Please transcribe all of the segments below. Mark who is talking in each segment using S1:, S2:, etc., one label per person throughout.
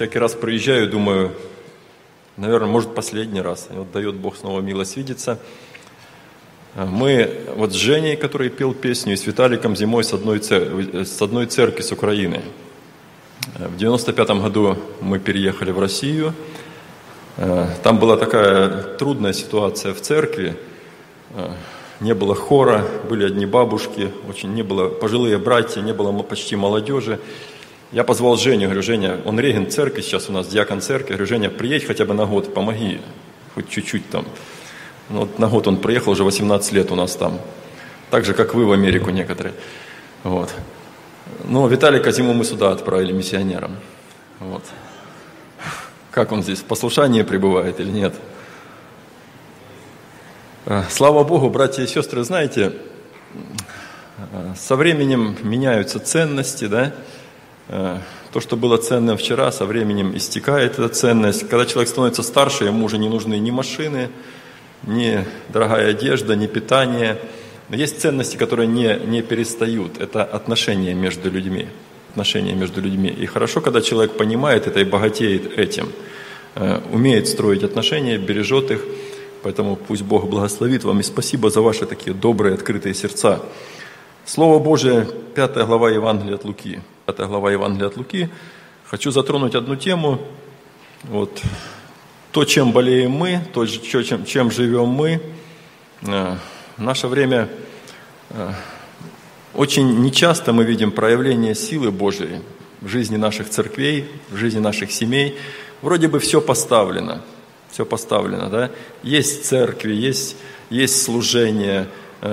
S1: всякий раз приезжаю, думаю, наверное, может, последний раз. И вот дает Бог снова милость видеться. Мы вот с Женей, который пел песню, и с Виталиком зимой с одной церкви, с Украины. В 95-м году мы переехали в Россию. Там была такая трудная ситуация в церкви. Не было хора, были одни бабушки, не было пожилые братья, не было почти молодежи. Я позвал Женю, говорю, Женя, он регент церкви, сейчас у нас диакон церкви. Говорю, Женя, приедь хотя бы на год, помоги, хоть чуть-чуть там. Ну, вот на год он приехал, уже 18 лет у нас там. Так же, как вы в Америку некоторые. Вот. Но Виталика зиму мы сюда отправили миссионером. Вот. Как он здесь, в послушании пребывает или нет? Слава Богу, братья и сестры, знаете, со временем меняются ценности, да? То, что было ценным вчера, со временем истекает эта ценность. Когда человек становится старше, ему уже не нужны ни машины, ни дорогая одежда, ни питание. Но есть ценности, которые не перестают. Это отношения между людьми. Отношения между людьми. И хорошо, когда человек понимает это и богатеет этим. Умеет строить отношения, бережет их. Поэтому пусть Бог благословит вам. И спасибо за ваши такие добрые, открытые сердца. Слово Божие, 5 глава Евангелия от Луки. 5 глава Евангелия от Луки. Хочу затронуть одну тему. Вот. То, чем болеем мы, то, чем живем мы. В наше время очень нечасто мы видим проявление силы Божией в жизни наших церквей, в жизни наших семей. Вроде бы все поставлено, да? Есть церкви, есть служение,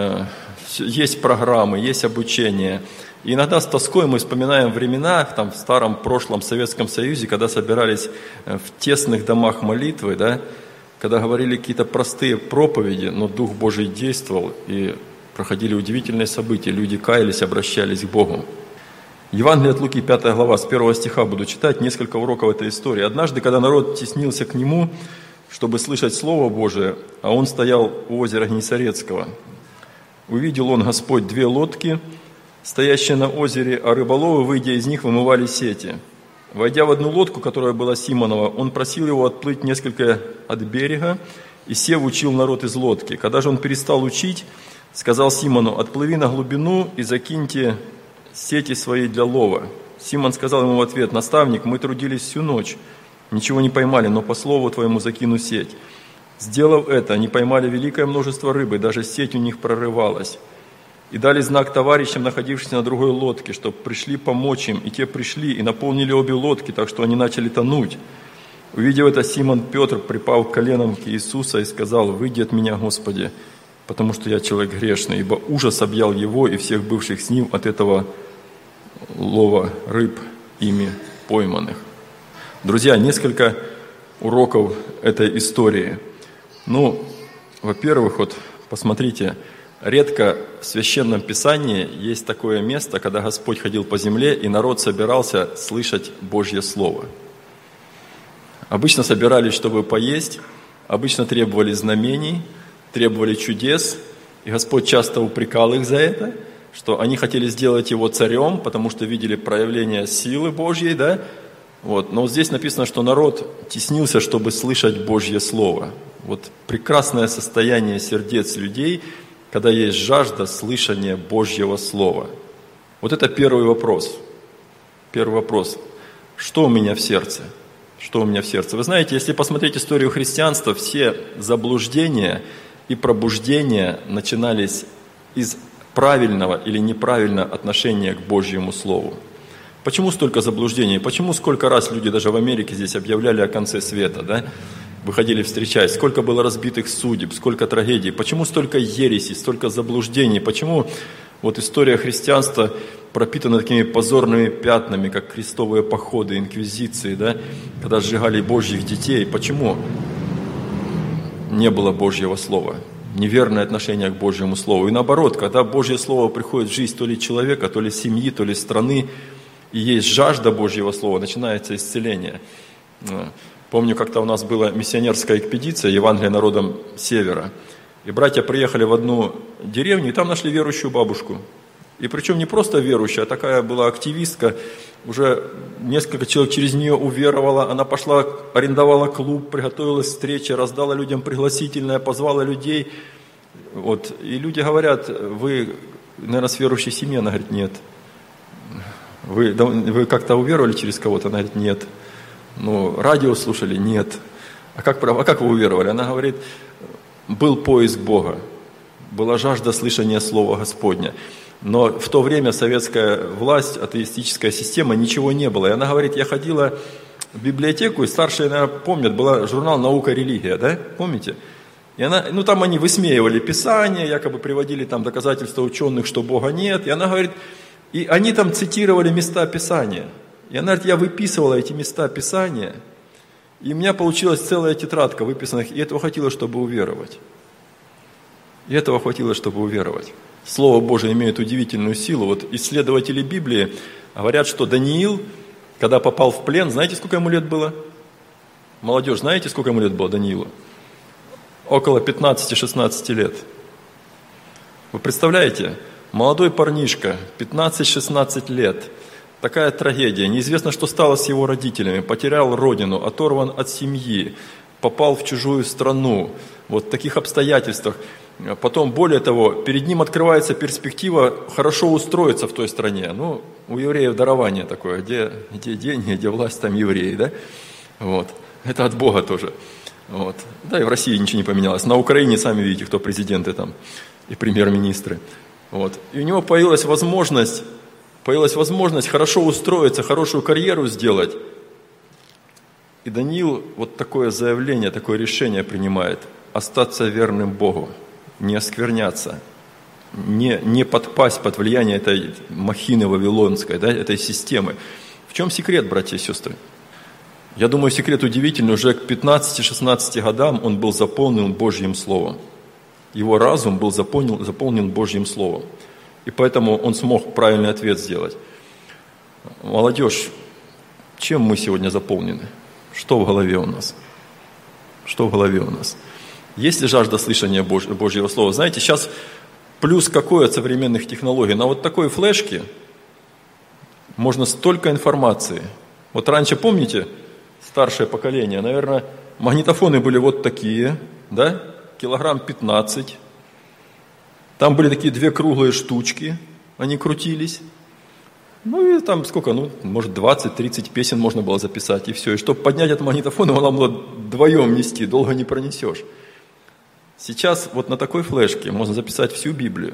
S1: есть программы, есть обучение. И иногда с тоской мы вспоминаем времена там, в старом прошлом Советском Союзе, когда собирались в тесных домах молитвы, да? Когда говорили какие-то простые проповеди, но Дух Божий действовал, и проходили удивительные события, люди каялись, обращались к Богу. Евангелие от Луки, 5 глава, с 1 стиха буду читать, несколько уроков этой истории. Однажды, когда народ теснился к нему, чтобы слышать Слово Божие, а он стоял у озера Генесарецкого, увидел он, Господь, 2 лодки, стоящие на озере, а рыболовы, выйдя из них, вымывали сети. Войдя в одну лодку, которая была Симонова, он просил его отплыть несколько от берега, и сев учил народ из лодки. Когда же он перестал учить, сказал Симону: «Отплыви на глубину и закиньте сети свои для лова». Симон сказал ему в ответ: «Наставник, мы трудились всю ночь, ничего не поймали, но по слову твоему закину сеть». Сделав это, они поймали великое множество рыбы, даже сеть у них прорывалась. И дали знак товарищам, находившимся на другой лодке, чтобы пришли помочь им. И те пришли и наполнили обе лодки, так что они начали тонуть. Увидев это, Симон Петр припал к коленам к Иисусу и сказал: «Выйди от меня, Господи, потому что я человек грешный». Ибо ужас объял его и всех бывших с ним от этого лова рыб, ими пойманных. Друзья, несколько уроков этой истории. Во-первых, вот посмотрите, редко в Священном Писании есть такое место, когда Господь ходил по земле, и народ собирался слышать Божье Слово. Обычно собирались, чтобы поесть, обычно требовали знамений, требовали чудес, и Господь часто упрекал их за это, что они хотели сделать Его царем, потому что видели проявление силы Божьей, да? Вот. Но здесь написано, что народ теснился, чтобы слышать Божье Слово. Вот прекрасное состояние сердец людей, когда есть жажда слышания Божьего Слова. Вот это первый вопрос. Первый вопрос. Что у меня в сердце? Что у меня в сердце? Вы знаете, если посмотреть историю христианства, все заблуждения и пробуждения начинались из правильного или неправильного отношения к Божьему Слову. Почему столько заблуждений? Почему сколько раз люди даже в Америке здесь объявляли о конце света, да? Выходили встречать, сколько было разбитых судеб, сколько трагедий, почему столько ересей, столько заблуждений, почему вот история христианства пропитана такими позорными пятнами, как крестовые походы, инквизиции, да, когда сжигали Божьих детей, почему не было Божьего Слова, неверное отношение к Божьему Слову. И наоборот, когда Божье Слово приходит в жизнь то ли человека, то ли семьи, то ли страны, и есть жажда Божьего Слова, начинается исцеление. Помню, как-то у нас была миссионерская экспедиция Евангелие народам Севера. И братья приехали в одну деревню, и там нашли верующую бабушку. И причем не просто верующая, а такая была активистка. уже несколько человек через нее уверовало, она пошла, арендовала клуб, приготовилась к встрече, раздала людям пригласительное, позвала людей. Вот. И люди говорят: вы, наверное, с верующей семьи? Она говорит: нет. Вы как-то уверовали через кого-то? Она говорит: нет. Ну, радио слушали? Нет. А как вы уверовали? Она говорит: был поиск Бога, была жажда слышания Слова Господня. Но в то время советская власть, атеистическая система, ничего не было. И она говорит: я ходила в библиотеку, и старшие, наверное, помнят, был журнал «Наука, религия», да, помните? И она, там они высмеивали Писание, якобы приводили там доказательства ученых, что Бога нет. И она говорит, и они там цитировали места Писания. И она говорит: я выписывала эти места Писания, и у меня получилась целая тетрадка выписанных, и этого хватило, чтобы уверовать. Слово Божие имеет удивительную силу. Вот исследователи Библии говорят, что Даниил, когда попал в плен, знаете, сколько ему лет было? Молодежь, знаете, сколько ему лет было Даниилу? Около 15-16 лет. Вы представляете? Молодой парнишка, 15-16 лет. Такая трагедия. Неизвестно, что стало с его родителями. Потерял родину, оторван от семьи, попал в чужую страну. Вот в таких обстоятельствах. Потом, более того, перед ним открывается перспектива хорошо устроиться в той стране. Ну, у евреев дарование такое, где деньги, где власть, там евреи, да? Вот. Это от Бога тоже. Вот. Да, и в России ничего не поменялось. На Украине, сами видите, кто президенты там и премьер-министры. Вот. И у него появилась возможность хорошо устроиться, хорошую карьеру сделать. И Даниил вот такое заявление, такое решение принимает: остаться верным Богу, не оскверняться, не подпасть под влияние этой махины вавилонской, да, этой системы. В чем секрет, братья и сестры? Я думаю, секрет удивительный. Уже к 15-16 годам он был заполнен Божьим Словом. Его разум был заполнен Божьим Словом. И поэтому он смог правильный ответ сделать. Молодежь, чем мы сегодня заполнены? Что в голове у нас? Есть ли жажда слышания Божьего Слова? Знаете, сейчас плюс какой от современных технологий? На вот такой флешке можно столько информации. Вот раньше, помните, старшее поколение, наверное, магнитофоны были вот такие, да, килограмм 15. Там были такие 2 круглые штучки, они крутились. Ну и там сколько, может 20-30 песен можно было записать, и все. И чтобы поднять этот магнитофон, его надо было вдвоем нести, долго не пронесешь. Сейчас вот на такой флешке можно записать всю Библию.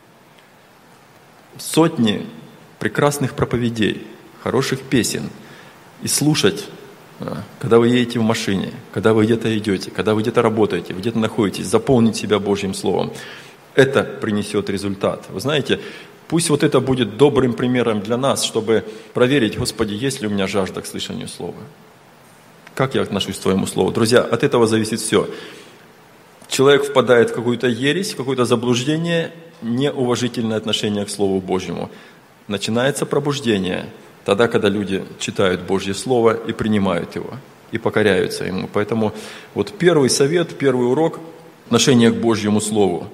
S1: Сотни прекрасных проповедей, хороших песен. И слушать, когда вы едете в машине, когда вы где-то идете, когда вы где-то работаете, вы где-то находитесь, заполнить себя Божьим Словом. Это принесет результат. Вы знаете, пусть вот это будет добрым примером для нас, чтобы проверить: Господи, есть ли у меня жажда к слышанию Слова? Как я отношусь к Твоему Слову? Друзья, от этого зависит все. Человек впадает в какую-то ересь, в какое-то заблуждение, неуважительное отношение к Слову Божьему. Начинается пробуждение тогда, когда люди читают Божье Слово и принимают его, и покоряются ему. Поэтому вот первый совет, первый урок – отношение к Божьему Слову.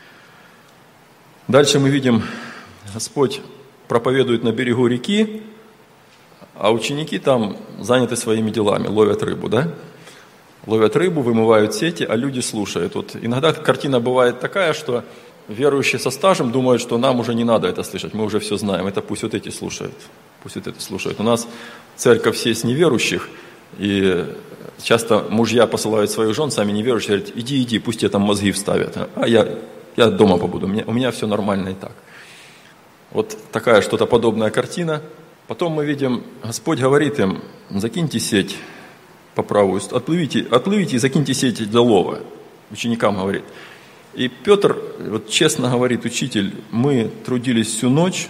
S1: Дальше мы видим, Господь проповедует на берегу реки, а ученики там заняты своими делами, ловят рыбу, да? Ловят рыбу, вымывают сети, а люди слушают. Вот иногда картина бывает такая, что верующие со стажем думают, что нам уже не надо это слышать, мы уже все знаем, это пусть вот эти слушают. У нас церковь есть неверующих, и часто мужья посылают своих жен, сами неверующие, говорят: иди, пусть тебе там мозги вставят, а я дома побуду, у меня все нормально и так. Вот такая что-то подобная картина. Потом мы видим, Господь говорит им: закиньте сеть по правую, отплывите и закиньте сеть для лова. Ученикам говорит. И Петр вот честно говорит: учитель, мы трудились всю ночь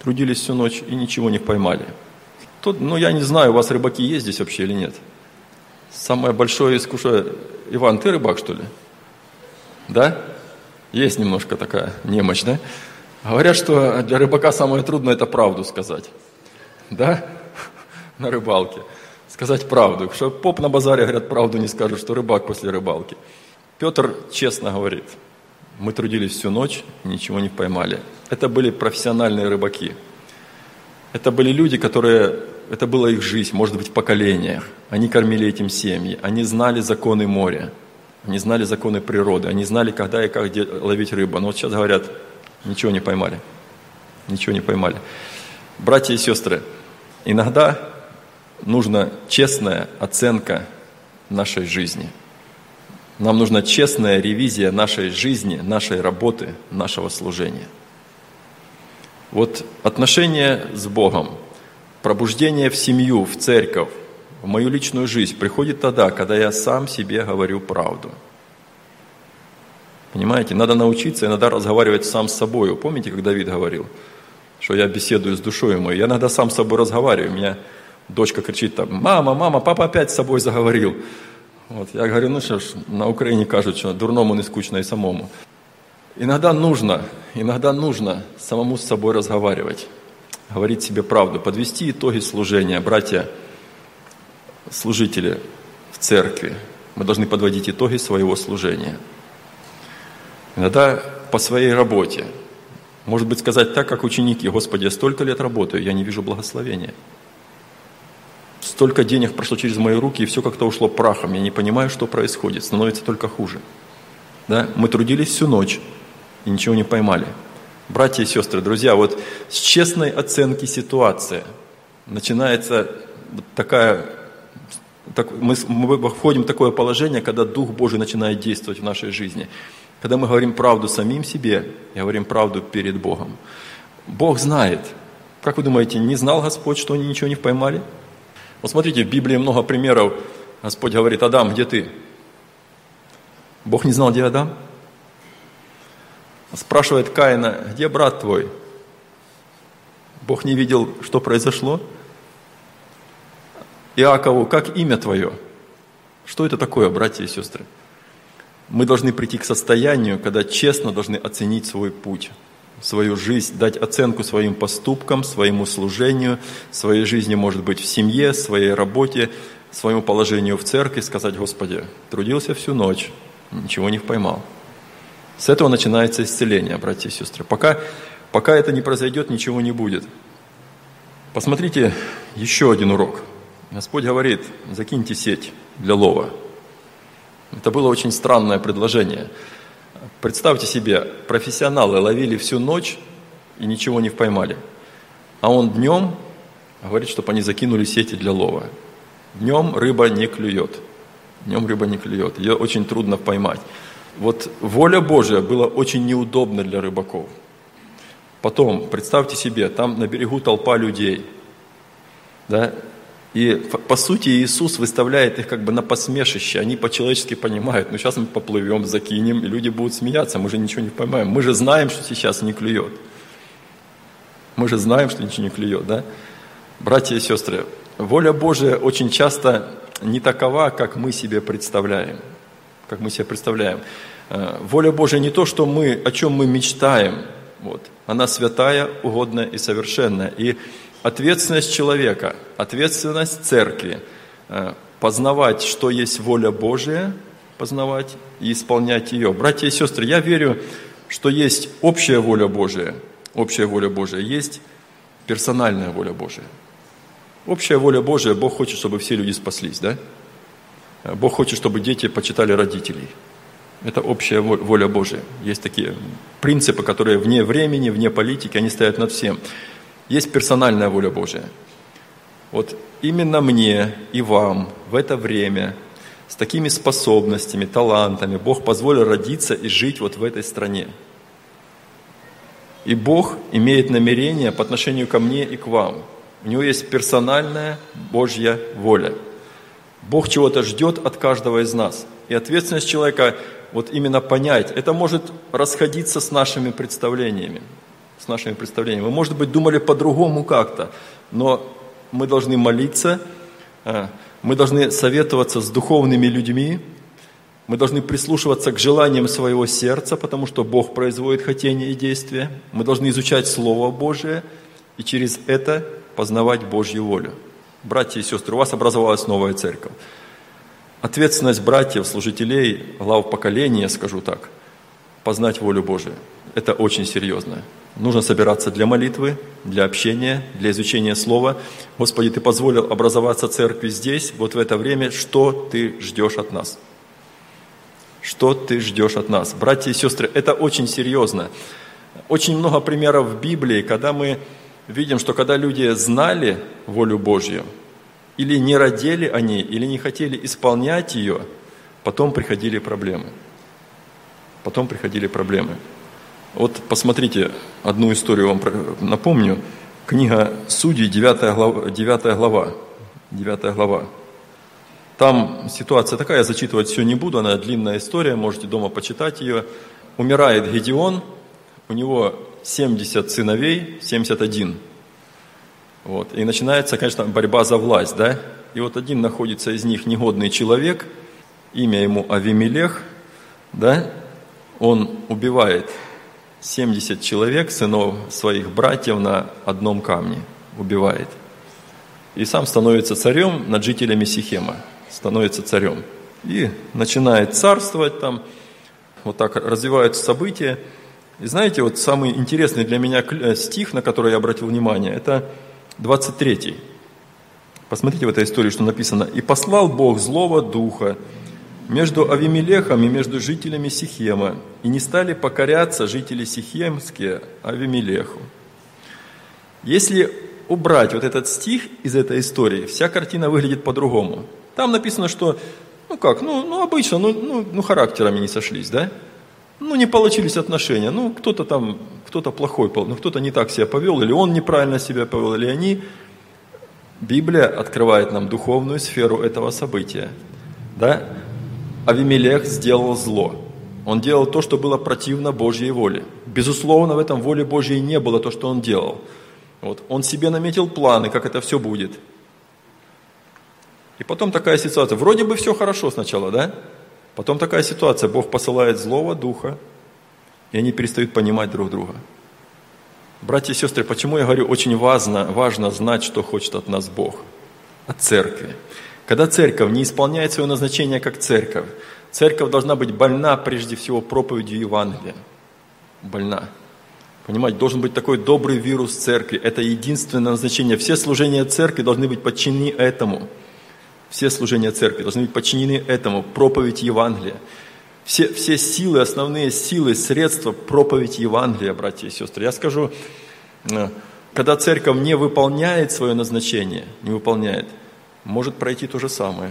S1: и ничего не поймали. Я не знаю, у вас рыбаки есть здесь вообще или нет. Самое большое искушение. Иван, ты рыбак, что ли? Да? Есть немножко такая немощь, да? Говорят, что для рыбака самое трудное – это правду сказать. Да? На рыбалке. Сказать правду. Что поп на базаре, говорят, правду не скажет, что рыбак после рыбалки. Петр честно говорит: мы трудились всю ночь, ничего не поймали. Это были профессиональные рыбаки. Это были люди, это была их жизнь, может быть, в поколениях. Они кормили этим семьи, они знали законы моря, они знали законы природы, они знали, когда и как ловить рыбу. Но вот сейчас говорят, ничего не поймали. Ничего не поймали. Братья и сестры, иногда нужна честная оценка нашей жизни. Нам нужна честная ревизия нашей жизни, нашей работы, нашего служения. Вот отношения с Богом, пробуждение в семью, в церковь, в мою личную жизнь приходит тогда, когда я сам себе говорю правду. Понимаете, надо научиться иногда разговаривать сам с собой. Помните, как Давид говорил, что я беседую с душой моей? Я иногда сам с собой разговариваю. У меня дочка кричит там: мама, папа опять с собой заговорил. Вот, я говорю, ну что ж, на Украине кажут, что дурному не скучно и самому. Иногда нужно самому с собой разговаривать, говорить себе правду, подвести итоги служения. Братья, служители в церкви, мы должны подводить итоги своего служения. Иногда по своей работе. Может быть, сказать так, как ученики: Господи, я столько лет работаю, я не вижу благословения. Столько денег прошло через мои руки, и все как-то ушло прахом. Я не понимаю, что происходит, становится только хуже. Да? Мы трудились всю ночь и ничего не поймали. Братья и сестры, друзья, вот с честной оценки ситуации начинается мы входим в такое положение, когда Дух Божий начинает действовать в нашей жизни. Когда мы говорим правду самим себе и говорим правду перед Богом. Бог знает. Как вы думаете, не знал Господь, что они ничего не поймали? Вот смотрите, в Библии много примеров. Господь говорит: Адам, где ты? Бог не знал, где Адам? Спрашивает Каина: где брат твой? Бог не видел, что произошло? Иакову: как имя твое? Что это такое, братья и сестры? Мы должны прийти к состоянию, когда честно должны оценить свой путь, свою жизнь, дать оценку своим поступкам, своему служению, своей жизни, может быть, в семье, своей работе, своему положению в церкви, сказать: Господи, трудился всю ночь, ничего не поймал. С этого начинается исцеление, братья и сестры. Пока это не произойдет, ничего не будет. Посмотрите еще один урок. Господь говорит: закиньте сеть для лова. Это было очень странное предложение. Представьте себе, профессионалы ловили всю ночь и ничего не поймали. А он днем говорит, чтобы они закинули сети для лова. Днем рыба не клюет. Ее очень трудно поймать. Вот воля Божия была очень неудобна для рыбаков. Потом, представьте себе, там на берегу толпа людей. Да? И по сути Иисус выставляет их как бы на посмешище. Они по-человечески понимают: ну сейчас мы поплывем, закинем, и люди будут смеяться, мы же ничего не поймаем. Мы же знаем, что сейчас не клюет. Да? Братья и сестры, воля Божия очень часто не такова, как мы себе представляем. Воля Божия не то, о чем мы мечтаем. Вот. Она святая, угодная и совершенная. И ответственность человека, ответственность церкви познавать, что есть воля Божия, познавать и исполнять ее. Братья и сестры, я верю, что есть общая воля Божия, есть персональная воля Божия. Общая воля Божия, Бог хочет, чтобы все люди спаслись, да? Бог хочет, чтобы дети почитали родителей. Это общая воля Божия. Есть такие принципы, которые вне времени, вне политики, они стоят над всем. Есть персональная воля Божия. Вот именно мне и вам в это время с такими способностями, талантами Бог позволил родиться и жить вот в этой стране. И Бог имеет намерение по отношению ко мне и к вам. У Него есть персональная Божья воля. Бог чего-то ждет от каждого из нас. И ответственность человека вот именно понять, это может расходиться с нашими представлениями. Мы, может быть, думали по-другому как-то, но мы должны молиться, мы должны советоваться с духовными людьми, мы должны прислушиваться к желаниям своего сердца, потому что Бог производит хотение и действия. Мы должны изучать Слово Божие и через это познавать Божью волю. Братья и сестры, у вас образовалась новая церковь. Ответственность братьев, служителей, глав поколения, я скажу так, познать волю Божию. Это очень серьезно. Нужно собираться для молитвы, для общения, для изучения Слова. Господи, Ты позволил образоваться церкви здесь, вот в это время. Что Ты ждешь от нас? Что Ты ждешь от нас? Братья и сестры, это очень серьезно. Очень много примеров в Библии, когда мы видим, что когда люди знали волю Божью, или не родили о ней, или не хотели исполнять ее, потом приходили проблемы. Потом приходили проблемы. Вот посмотрите, одну историю вам напомню. Книга Судей, 9 глава. Там ситуация такая, я зачитывать все не буду, она длинная история, можете дома почитать ее. Умирает Гедеон, у него 70 сыновей, 71. Вот. И начинается, конечно, борьба за власть, да? И вот один находится из них негодный человек, имя ему Авимелех, да? Он убивает 70 человек, сынов своих братьев, на одном камне убивает. И сам становится царем над жителями Сихема, становится царем. И начинает царствовать там, вот так развиваются события. И знаете, вот самый интересный для меня стих, на который я обратил внимание, это 23. Посмотрите в этой истории, что написано. «И послал Бог злого духа между Авимелехом и между жителями Сихема, и не стали покоряться жители сихемские Авимелеху». Если убрать вот этот стих из этой истории, вся картина выглядит по-другому. Там написано, что, обычно, характерами не сошлись, да? Не получились отношения, кто-то плохой, кто-то не так себя повел, или он неправильно себя повел, или они. Библия открывает нам духовную сферу этого события, да? Авимелех сделал зло. Он делал то, что было противно Божьей воле. Безусловно, в этом воле Божьей не было то, что он делал. Вот. Он себе наметил планы, как это все будет. И потом такая ситуация. Вроде бы все хорошо сначала, да? Потом такая ситуация. Бог посылает злого духа, и они перестают понимать друг друга. Братья и сестры, почему я говорю, очень важно знать, что хочет от нас Бог, от церкви. Когда церковь не исполняет свое назначение как церковь, церковь должна быть больна прежде всего проповедью Евангелия. Больна. Понимаете, должен быть такой добрый вирус церкви. Это единственное назначение. Все служения церкви должны быть подчинены этому. Все служения церкви должны быть подчинены этому. Проповедь Евангелия. Все силы, основные силы, средства проповедь Евангелия, братья и сестры. Я скажу, когда церковь не выполняет свое назначение, может пройти то же самое.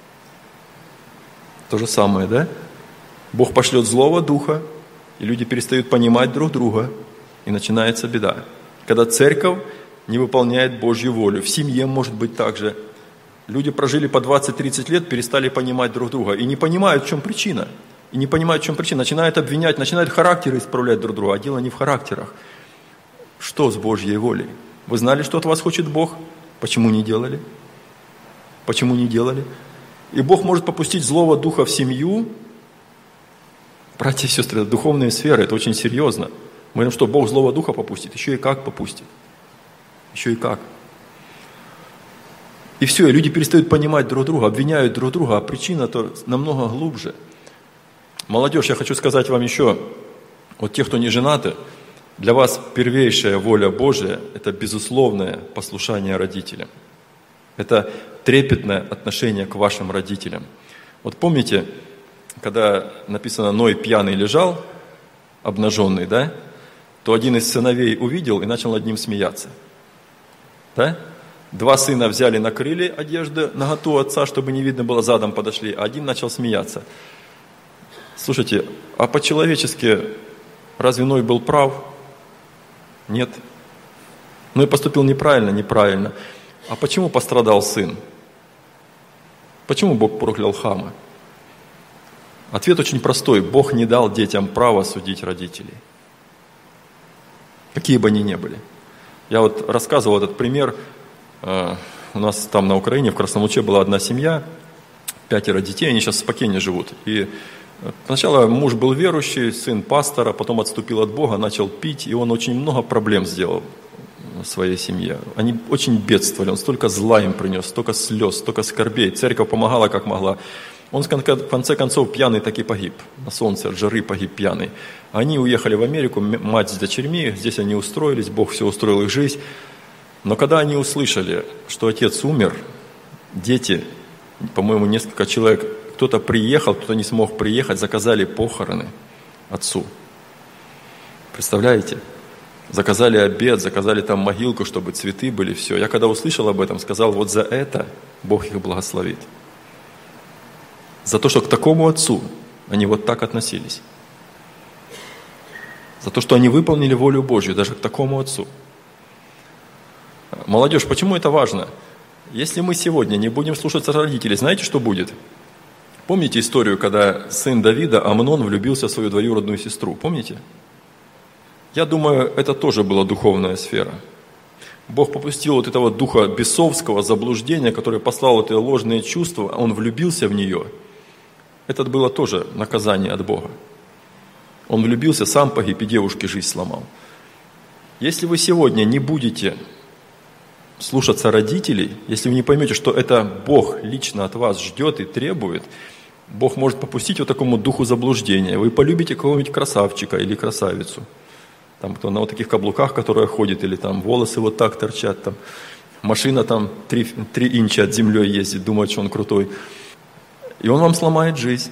S1: То же самое, да? Бог пошлет злого духа, и люди перестают понимать друг друга, и начинается беда. Когда церковь не выполняет Божью волю. В семье может быть так же. Люди прожили по 20-30 лет, перестали понимать друг друга, и не понимают, в чем причина. Начинают обвинять, начинают характеры исправлять друг друга, а дело не в характерах. Что с Божьей волей? Вы знали, что от вас хочет Бог? Почему не делали? И Бог может попустить злого духа в семью. Братья и сестры, это духовные сферы, это очень серьезно. Мы говорим, что Бог злого духа попустит. Еще и как попустит. И все, и люди перестают понимать друг друга, обвиняют друг друга, а причина-то намного глубже. Молодежь, я хочу сказать вам еще, вот те, кто не женаты, для вас первейшая воля Божия – это безусловное послушание родителям. Это трепетное отношение к вашим родителям. Вот помните, когда написано «Ной пьяный лежал, обнаженный», да, то один из сыновей увидел и начал над ним смеяться. Да? 2 сына взяли, накрыли одежды наготу отца, чтобы не видно было, задом подошли, а один начал смеяться. Слушайте, а по-человечески разве Ной был прав? Нет. Ной поступил неправильно. А почему пострадал сын? Почему Бог проклял Хама? Ответ очень простой. Бог не дал детям права судить родителей. Какие бы они ни были. Я вот рассказывал этот пример. У нас там на Украине, в Красном Луче, была одна семья, 5 детей, они сейчас спокойнее живут. И сначала муж был верующий, сын пастора, потом отступил от Бога, начал пить, и он очень много проблем сделал в своей семье. Они очень бедствовали, он столько зла им принес, столько слез, столько скорбей. Церковь помогала как могла. Он в конце концов пьяный так и погиб. На солнце от жары погиб пьяный. Они уехали в Америку, мать с дочерьми, здесь они устроились, Бог все устроил их жизнь. Но когда они услышали, что отец умер, дети, по-моему, несколько человек, кто-то приехал, кто-то не смог приехать, заказали похороны отцу. Представляете? Заказали обед, заказали там могилку, чтобы цветы были, все. Я когда услышал об этом, сказал, вот за это Бог их благословит. За то, что к такому отцу они вот так относились. За то, что они выполнили волю Божью даже к такому отцу. Молодежь, почему это важно? Если мы сегодня не будем слушаться родителей, знаете, что будет? Помните историю, когда сын Давида, Амнон, влюбился в свою двоюродную сестру? Помните? Я думаю, это тоже была духовная сфера. Бог попустил вот этого духа бесовского заблуждения, который послал это ложные чувства, он влюбился в нее. Это было тоже наказание от Бога. Он влюбился, сам погиб, и девушке жизнь сломал. Если вы сегодня не будете слушаться родителей, если вы не поймете, что это Бог лично от вас ждет и требует, Бог может попустить вот такому духу заблуждения. Вы полюбите какого-нибудь красавчика или красавицу, там, кто на вот таких каблуках, которые ходит, или там волосы вот так торчат, там, машина там 3 инча от земли ездит, думает, что он крутой. И он вам сломает жизнь.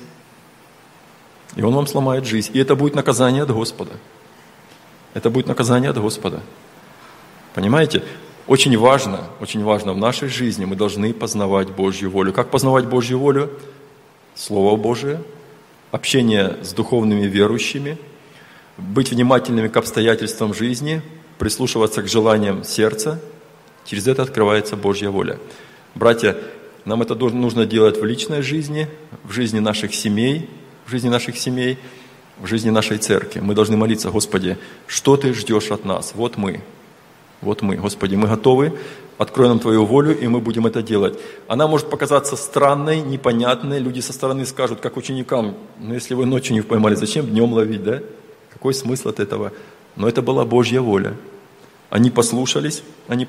S1: И он вам сломает жизнь. И это будет наказание от Господа. Это будет наказание от Господа. Понимаете? Очень важно в нашей жизни мы должны познавать Божью волю. Как познавать Божью волю? Слово Божие, общение с духовными верующими, быть внимательными к обстоятельствам жизни, прислушиваться к желаниям сердца. Через это открывается Божья воля. Братья, нам это нужно делать в личной жизни, в жизни наших семей, в жизни нашей церкви. Мы должны молиться: Господи, что Ты ждешь от нас? Вот мы, Господи, мы готовы, открой нам Твою волю, и мы будем это делать. Она может показаться странной, непонятной, люди со стороны скажут, как ученикам, если вы ночью не поймали, зачем днем ловить, да? Какой смысл от этого? Но это была Божья воля. Они послушались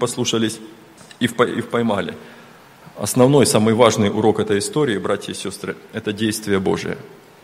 S1: и поймали. Основной, самый важный урок этой истории, братья и сестры, это действие Божие.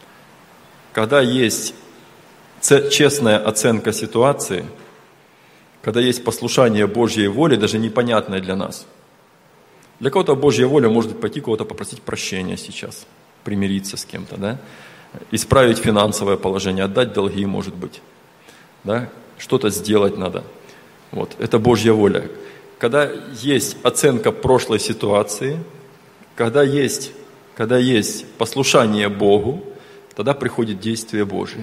S1: Когда есть честная оценка ситуации, когда есть послушание Божьей воле, даже непонятное для нас. Для кого-то Божья воля может пойти кого-то попросить прощения сейчас, примириться с кем-то, да? Исправить финансовое положение, отдать долги, может быть, да? Что-то сделать надо. Вот. Это Божья воля. Когда есть оценка прошлой ситуации, когда есть послушание Богу, тогда приходит действие Божие.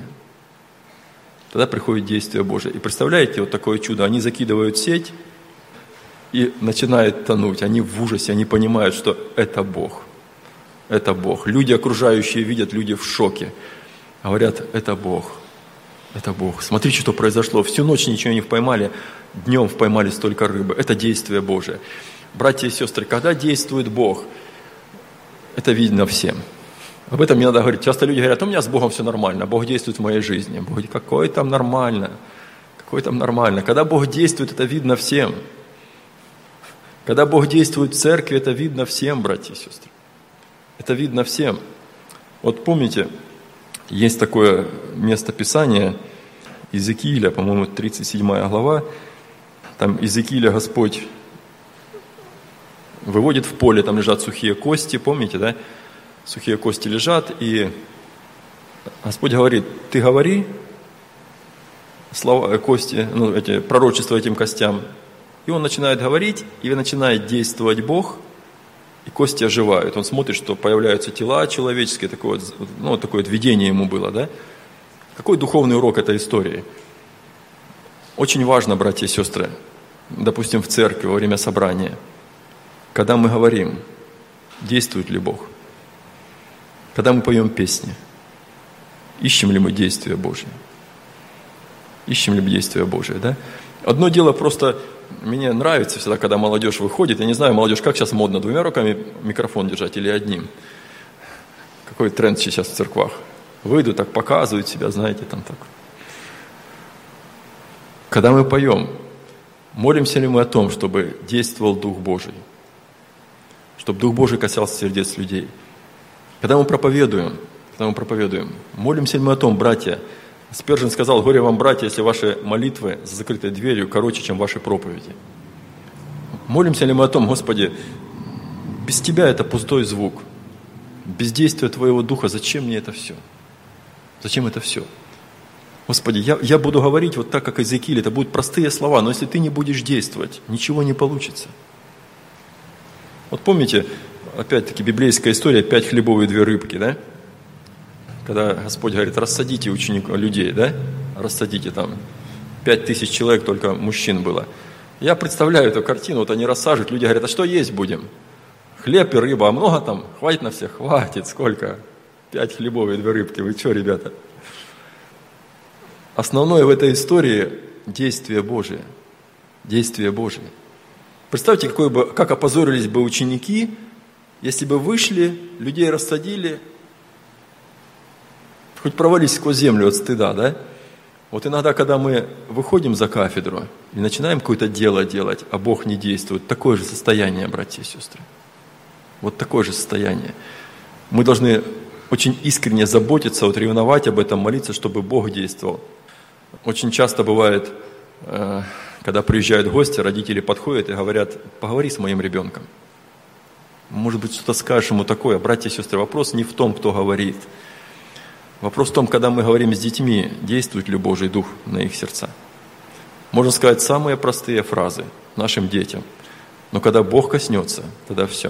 S1: И представляете, вот такое чудо. Они закидывают сеть и начинает тонуть. Они в ужасе, они понимают, что это Бог. Это Бог. Люди окружающие видят, люди в шоке. Говорят, это Бог. Это Бог. Смотрите, что произошло. Всю ночь ничего не поймали, днем поймали столько рыбы. Это действие Божие. Братья и сестры, когда действует Бог, это видно всем. Об этом не надо говорить. Часто люди говорят, у меня с Богом все нормально, Бог действует в моей жизни. Бог говорит, какое там нормально. Когда Бог действует, это видно всем. Когда Бог действует в церкви, это видно всем, братья и сестры. Это видно всем. Вот помните, есть такое место Писания, Иезекииля, по-моему, 37 глава. Там Иезекииля Господь выводит в поле, там лежат сухие кости, помните, да? Сухие кости лежат, и Господь говорит, ты говори слова, кости, эти пророчества этим костям. И Он начинает говорить, и начинает действовать Бог, и кости оживают. Он смотрит, что появляются тела человеческие, такое вот видение ему было, да? Какой духовный урок этой истории? Очень важно, братья и сестры, допустим, в церкви во время собрания, когда мы говорим, действует ли Бог? Когда мы поем песни, ищем ли мы действие Божие? Да? Одно дело просто, мне нравится всегда, когда молодежь выходит, я не знаю, молодежь, как сейчас модно, 2 руками микрофон держать или одним? Какой тренд сейчас в церквах? Выйдут, так показывают себя, знаете, там так. Когда мы поем, молимся ли мы о том, чтобы действовал Дух Божий? Чтобы Дух Божий касался сердец людей? Когда мы проповедуем, молимся ли мы о том, братья? Спержин сказал: горе вам, братья, если ваши молитвы за закрытой дверью короче, чем ваши проповеди. Молимся ли мы о том: Господи, без Тебя это пустой звук, без действия Твоего Духа зачем мне это все? Зачем это все? Господи, я буду говорить вот так, как Иезекииль, это будут простые слова, но если Ты не будешь действовать, ничего не получится. Вот помните, опять-таки, библейская история: 5 хлебов и 2 рыбки, да? Когда Господь говорит: рассадите людей, да? Рассадите там. 5000 человек только мужчин было. Я представляю эту картину, вот они рассаживают, люди говорят: а что есть будем? Хлеб и рыба, а много там? Хватит на всех? Хватит, сколько? 5 хлебов и 2 рыбки, вы что, ребята? Основное в этой истории – действие Божие. Действие Божие. Представьте, как опозорились бы ученики, если бы вышли, людей рассадили, хоть провались сквозь землю от стыда, да? Вот иногда, когда мы выходим за кафедру и начинаем какое-то дело делать, а Бог не действует, такое же состояние, братья и сестры. Вот такое же состояние. Мы должны очень искренне заботиться, вот ревновать об этом, молиться, чтобы Бог действовал. Очень часто бывает, когда приезжают гости, родители подходят и говорят: поговори с моим ребенком. Может быть, что-то скажешь ему такое. Братья и сестры, вопрос не в том, кто говорит. Вопрос в том, когда мы говорим с детьми, действует ли Божий Дух на их сердца. Можно сказать самые простые фразы нашим детям, но когда Бог коснется, тогда все.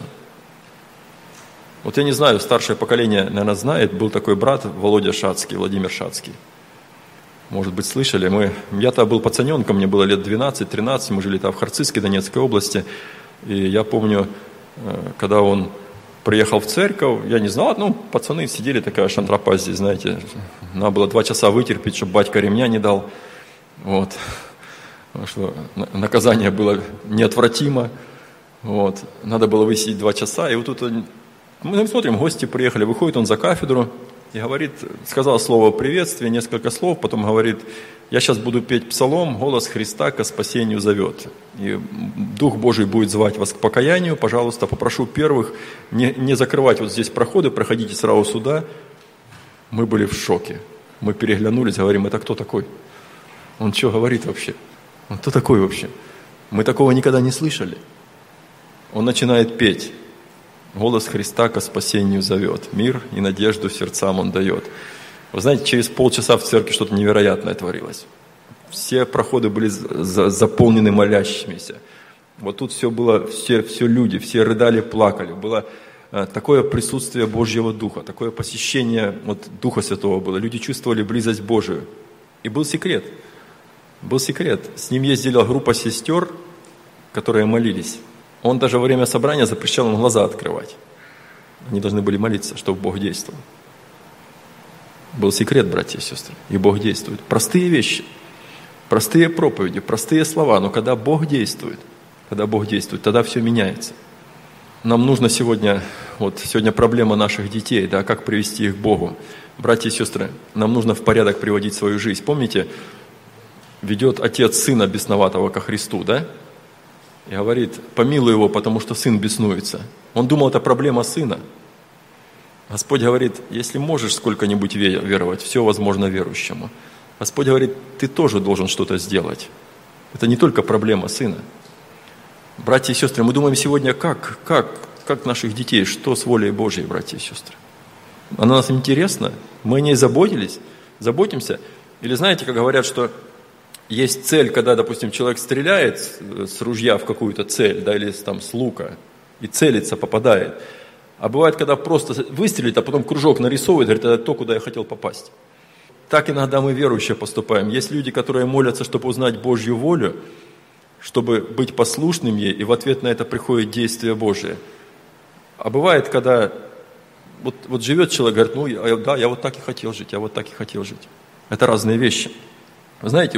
S1: Вот я не знаю, старшее поколение, наверное, знает, был такой брат Володя Шацкий, Владимир Шацкий. Может быть, слышали. Я-то был пацаненком, мне было лет 12-13, мы жили там в Харцизской, Донецкой области. И я помню, когда он приехал в церковь, я не знал, пацаны сидели, такая шантропа здесь, знаете. Надо было 2 часа вытерпеть, чтобы батька ремня не дал. Вот. Потому что наказание было неотвратимо. Вот. Надо было высидеть 2 часа. И вот тут мы смотрим, гости приехали, выходит он за кафедру и говорит, сказал слово приветствия, несколько слов, потом говорит: я сейчас буду петь псалом, голос Христа ко спасению зовет. И Дух Божий будет звать вас к покаянию. Пожалуйста, попрошу первых не закрывать вот здесь проходы, проходите сразу сюда. Мы были в шоке. Мы переглянулись, говорим: это кто такой? Он что говорит вообще? Он кто такой вообще? Мы такого никогда не слышали. Он начинает петь. Голос Христа ко спасению зовет. Мир и надежду сердцам Он дает. Вы знаете, через полчаса в церкви что-то невероятное творилось. Все проходы были заполнены молящимися. Вот тут все было, все люди, все рыдали, плакали. Было такое присутствие Божьего Духа, такое посещение Духа Святого было. Люди чувствовали близость Божию. И был секрет. Был секрет. С ним ездила группа сестер, которые молились. Он даже во время собрания запрещал им глаза открывать. Они должны были молиться, чтобы Бог действовал. Был секрет, братья и сестры, и Бог действует. Простые вещи, простые проповеди, простые слова, но когда Бог действует, тогда все меняется. Нам нужно сегодня проблема наших детей, да, как привести их к Богу. Братья и сестры, нам нужно в порядок приводить свою жизнь. Помните, ведет отец сына бесноватого ко Христу, да? И говорит: помилуй его, потому что сын беснуется. Он думал, это проблема сына. Господь говорит: если можешь сколько-нибудь веровать, все возможно верующему. Господь говорит: ты тоже должен что-то сделать. Это не только проблема сына. Братья и сестры, мы думаем сегодня, как наших детей, что с волей Божьей, братья и сестры. Она нас интересна, мы о ней заботимся. Или знаете, как говорят, что есть цель, когда, допустим, человек стреляет с ружья в какую-то цель, да, или там с лука, и целится, попадает. А бывает, когда просто выстрелит, а потом кружок нарисовывает, говорит: это то, куда я хотел попасть. Так иногда мы верующие поступаем. Есть люди, которые молятся, чтобы узнать Божью волю, чтобы быть послушным ей, и в ответ на это приходит действие Божие. А бывает, когда вот живет человек, говорит: я вот так и хотел жить, я вот так и хотел жить. Это разные вещи. Вы знаете,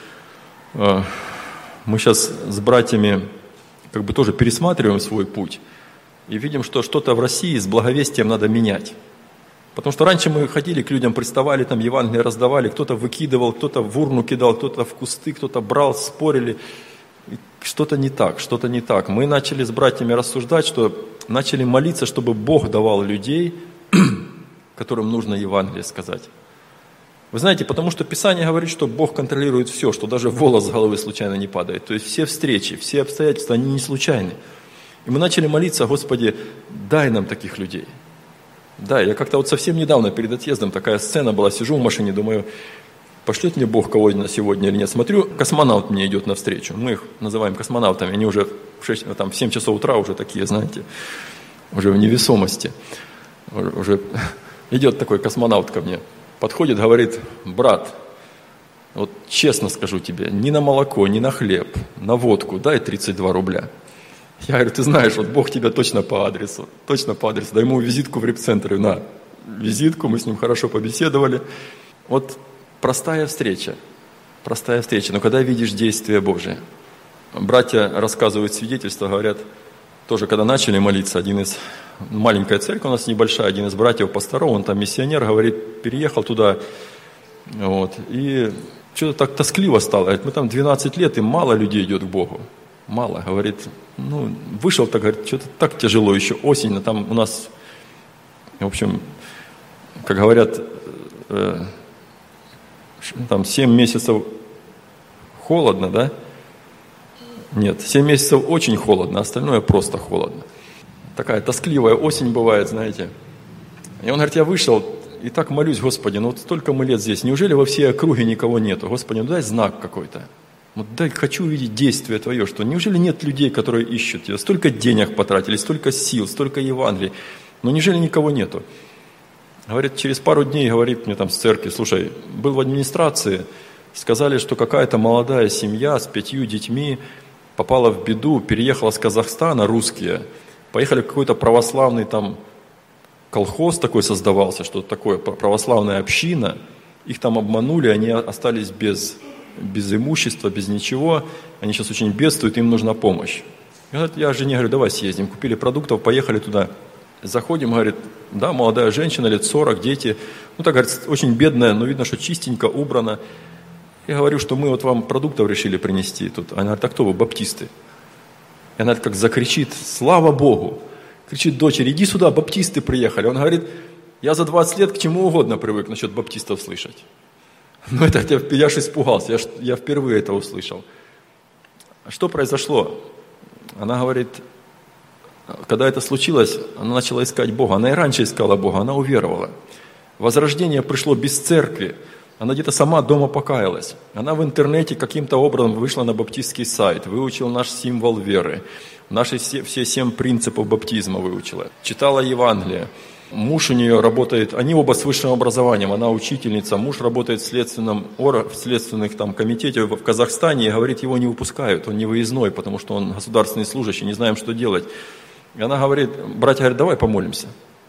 S1: мы сейчас с братьями тоже пересматриваем свой путь и видим, что что-то в России с благовестием надо менять. Потому что раньше мы ходили к людям, приставали, там Евангелие раздавали, кто-то выкидывал, кто-то в урну кидал, кто-то в кусты, кто-то брал, спорили. Что-то не так. Мы начали с братьями рассуждать, что начали молиться, чтобы Бог давал людей, которым нужно Евангелие сказать. Вы знаете, потому что Писание говорит, что Бог контролирует все, что даже волос с головы случайно не падает. То есть все встречи, все обстоятельства, они не случайны. И мы начали молиться: Господи, дай нам таких людей. Да, я как-то вот совсем недавно перед отъездом такая сцена была, сижу в машине, думаю, пошлет мне Бог кого-нибудь на сегодня или нет. Смотрю, космонавт мне идет навстречу. Мы их называем космонавтами, они уже в 7 часов утра уже такие, знаете, уже в невесомости. Уже идет такой космонавт ко мне, подходит, говорит: брат, вот честно скажу тебе, ни на молоко, ни на хлеб, на водку дай 32 рубля. Я говорю: ты знаешь, вот Бог тебя точно по адресу, дай ему визитку в репцентре, на визитку, мы с ним хорошо побеседовали. Вот простая встреча, но когда видишь действие Божие. Братья рассказывают свидетельства, говорят, тоже когда начали молиться, маленькая церковь у нас небольшая, один из братьев пасторов, он там миссионер, говорит, переехал туда, вот, и что-то так тоскливо стало, говорит, мы там 12 лет, и мало людей идет к Богу, мало, говорит, вышел так, говорит, что-то так тяжело, еще осень, но там у нас, в общем, как говорят, там 7 месяцев холодно, да? Нет, 7 месяцев очень холодно, остальное просто холодно. Такая тоскливая осень бывает, знаете. И он говорит, я вышел и так молюсь: Господи, вот столько мы лет здесь, неужели во всей округе никого нету? Господи, дай знак какой-то. Дай, хочу увидеть действие Твое, что неужели нет людей, которые ищут Тебя? Столько денег потратили, столько сил, столько Евангелий, но неужели никого нету? Говорит, через пару дней говорит мне там с церкви: слушай, был в администрации, сказали, что какая-то молодая семья с 5 детьми попала в беду, переехала с Казахстана, русские, поехали в какой-то православный там колхоз такой создавался, что-то такое, православная община, их там обманули, они остались без имущества, без ничего, они сейчас очень бедствуют, им нужна помощь. Я жене говорю, давай съездим, купили продуктов, поехали туда. Заходим, говорит, да, молодая женщина, лет 40, дети, так, говорит, очень бедная, но видно, что чистенько, убрано. Я говорю, что мы вот вам продуктов решили принести тут. Она говорит, а кто вы, баптисты? И она как закричит, слава Богу. Кричит дочери, иди сюда, баптисты приехали. Он говорит, я за 20 лет к чему угодно привык насчет баптистов слышать. Я аж испугался, я впервые это услышал. Что произошло? Она говорит, когда это случилось, она начала искать Бога. Она и раньше искала Бога, она уверовала. Возрождение пришло без церкви. Она где-то сама дома покаялась. Она в интернете каким-то образом вышла на баптистский сайт, выучила наш символ веры, наши все 7 принципов баптизма выучила, читала Евангелие. Муж у нее работает, они оба с высшим образованием, она учительница, муж работает в следственном комитете в Казахстане, и говорит, его не выпускают, он не выездной, потому что он государственный служащий, не знаем, что делать. И она говорит, братья говорят, давай помолимся.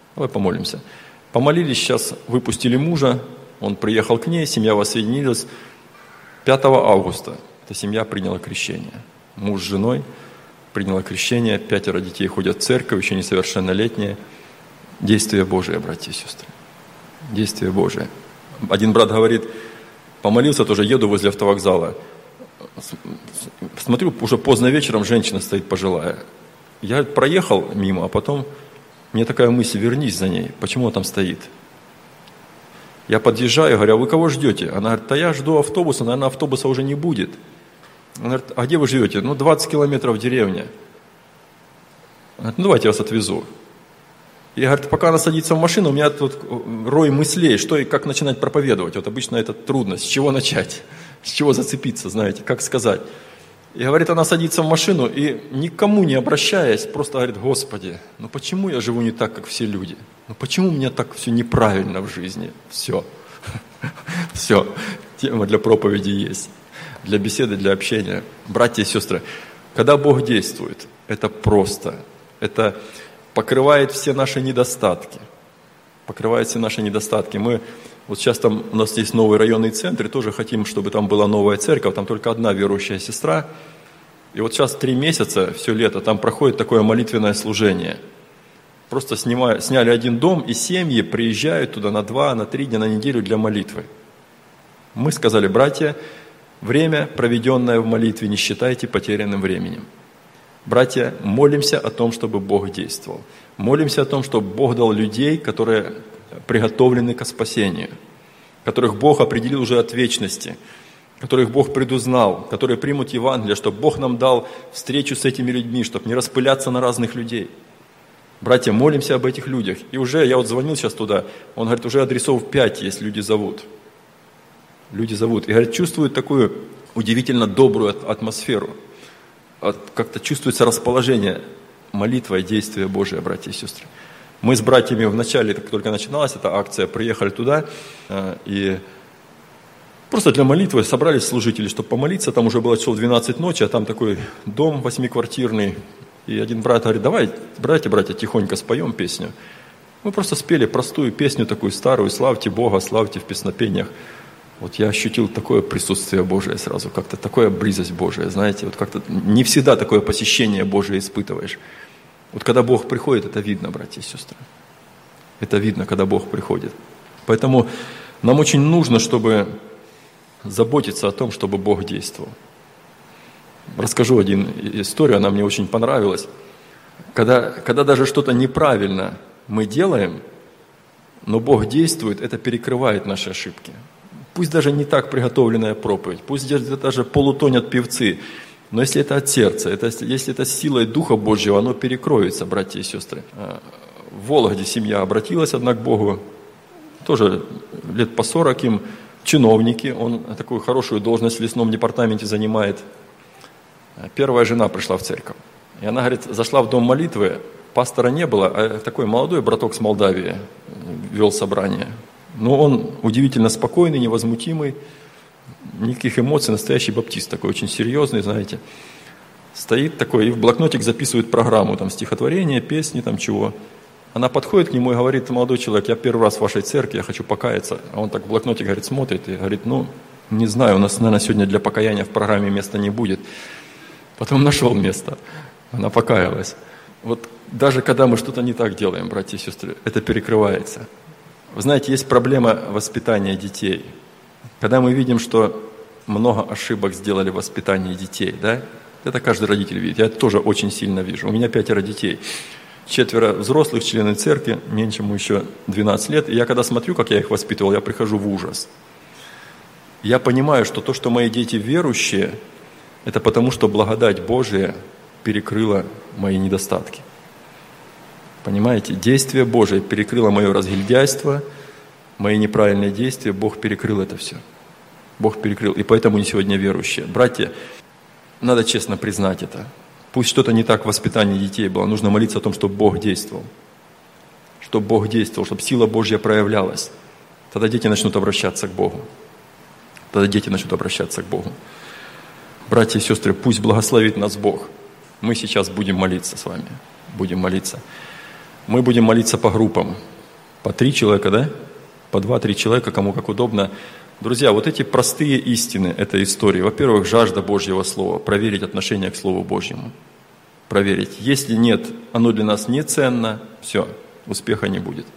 S1: Помолились, сейчас выпустили мужа, он приехал к ней, семья воссоединилась. 5 августа эта семья приняла крещение. Муж с женой приняла крещение, 5 детей ходят в церковь, еще несовершеннолетние. Действие Божие, братья и сестры. Действие Божие. Один брат говорит, помолился, тоже еду возле автовокзала. Смотрю, уже поздно вечером женщина стоит пожилая. Я проехал мимо, а потом мне такая мысль, вернись за ней. Почему она там стоит? Я подъезжаю, говорю, а вы кого ждете? Она говорит, я жду автобуса, наверное, автобуса уже не будет. Она говорит, а где вы живете? 20 километров деревня. Она говорит, давайте я вас отвезу. Я говорю, пока она садится в машину, у меня тут рой мыслей, что и как начинать проповедовать. Вот обычно это трудно, с чего начать, с чего зацепиться, знаете, как сказать. И говорит, она садится в машину и никому не обращаясь, просто говорит, Господи, почему я живу не так, как все люди? Почему у меня так все неправильно в жизни? Все. Все. Тема для проповеди есть. Для беседы, для общения. Братья и сестры, когда Бог действует, это просто. Это покрывает все наши недостатки. Покрывает все наши недостатки. Мы вот сейчас там у нас есть новый районный центр, и тоже хотим, чтобы там была новая церковь, там только одна верующая сестра. И вот сейчас 3 месяца, все лето, там проходит такое молитвенное служение. Просто сняли один дом, и семьи приезжают туда на 2, на 3 дня, на неделю для молитвы. Мы сказали, братья, время, проведенное в молитве, не считайте потерянным временем. Братья, молимся о том, чтобы Бог действовал. Молимся о том, чтобы Бог дал людей, которые приготовлены к спасению, которых Бог определил уже от вечности, которых Бог предузнал, которые примут Евангелие, чтобы Бог нам дал встречу с этими людьми, чтобы не распыляться на разных людей. Братья, молимся об этих людях. И уже, я вот звонил сейчас туда, он говорит, уже адресов 5 есть, люди зовут. Люди зовут. И, говорит, чувствуют такую удивительно добрую атмосферу. Как-то чувствуется расположение, молитва и действие Божие, братья и сестры. Мы с братьями в начале, как только начиналась эта акция, приехали туда и просто для молитвы собрались служители, чтобы помолиться. Там уже было часов 12 ночи, а там такой дом 8-квартирный. И один брат говорит, давай, братья, тихонько споем песню. Мы просто спели простую песню такую старую, славьте Бога, славьте в песнопениях. Вот я ощутил такое присутствие Божие сразу, как-то такая близость Божия, знаете, вот как-то не всегда такое посещение Божие испытываешь. Вот когда Бог приходит, это видно, братья и сестры. Это видно, когда Бог приходит. Поэтому нам очень нужно, чтобы заботиться о том, чтобы Бог действовал. Расскажу одну историю, она мне очень понравилась. Когда даже что-то неправильно мы делаем, но Бог действует, это перекрывает наши ошибки. Пусть даже не так приготовленная проповедь, пусть даже полутонят певцы, но если это от сердца, если это силой Духа Божьего, оно перекроется, братья и сестры. В Вологде семья обратилась одна к Богу, тоже лет по 40 им, чиновники, он такую хорошую должность в лесном департаменте занимает. Первая жена пришла в церковь, и она, говорит, зашла в дом молитвы, пастора не было, а такой молодой браток с Молдавии вел собрание. Но он удивительно спокойный, невозмутимый, никаких эмоций, настоящий баптист, такой очень серьезный, знаете. Стоит такой и в блокнотик записывает программу, там стихотворения, песни, там чего. Она подходит к нему и говорит, молодой человек, я первый раз в вашей церкви, я хочу покаяться. А он так в блокнотик, говорит, смотрит и говорит, не знаю, у нас, наверное, сегодня для покаяния в программе места не будет. Потом нашел место, она покаялась. Вот даже когда мы что-то не так делаем, братья и сестры, это перекрывается. Вы знаете, есть проблема воспитания детей. Когда мы видим, что много ошибок сделали в воспитании детей, да? Это каждый родитель видит. Я это тоже очень сильно вижу. У меня 5 детей. 4 взрослых, члены церкви, меньшему еще 12 лет. И я когда смотрю, как я их воспитывал, я прихожу в ужас. Я понимаю, что то, что мои дети верующие, это потому, что благодать Божия перекрыла мои недостатки. Понимаете, действие Божие перекрыло мое разгильдяйство, мои неправильные действия, Бог перекрыл это все. Бог перекрыл, и поэтому они сегодня верующие. Братья, надо честно признать это. Пусть что-то не так в воспитании детей было, нужно молиться о том, чтобы Бог действовал. Чтобы Бог действовал, чтобы сила Божья проявлялась. Тогда дети начнут обращаться к Богу. Братья и сестры, пусть благословит нас Бог. Мы сейчас будем молиться с вами. Мы будем молиться по группам. По 3 человека, да? По 2-3 человека, кому как удобно. Друзья, вот эти простые истины этой истории. Во-первых, жажда Божьего Слова. Проверить отношение к Слову Божьему. Проверить. Если нет, оно для нас не ценно, все, успеха не будет.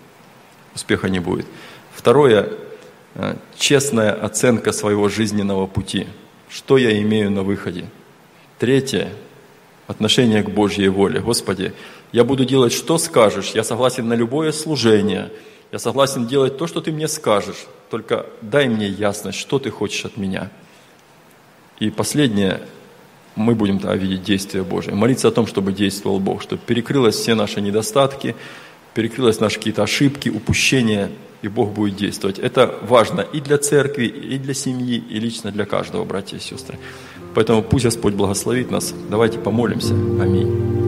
S1: Второе, честная оценка своего жизненного пути. Что я имею на выходе? Третье, отношение к Божьей воле. Господи, я буду делать, что скажешь. Я согласен на любое служение. Я согласен делать то, что Ты мне скажешь. Только дай мне ясность, что Ты хочешь от меня. И последнее, мы будем видеть действие Божие. Молиться о том, чтобы действовал Бог, чтобы перекрылось все наши недостатки, перекрылось наши какие-то ошибки, упущения, и Бог будет действовать. Это важно и для церкви, и для семьи, и лично для каждого, братья и сестры. Поэтому пусть Господь благословит нас. Давайте помолимся. Аминь.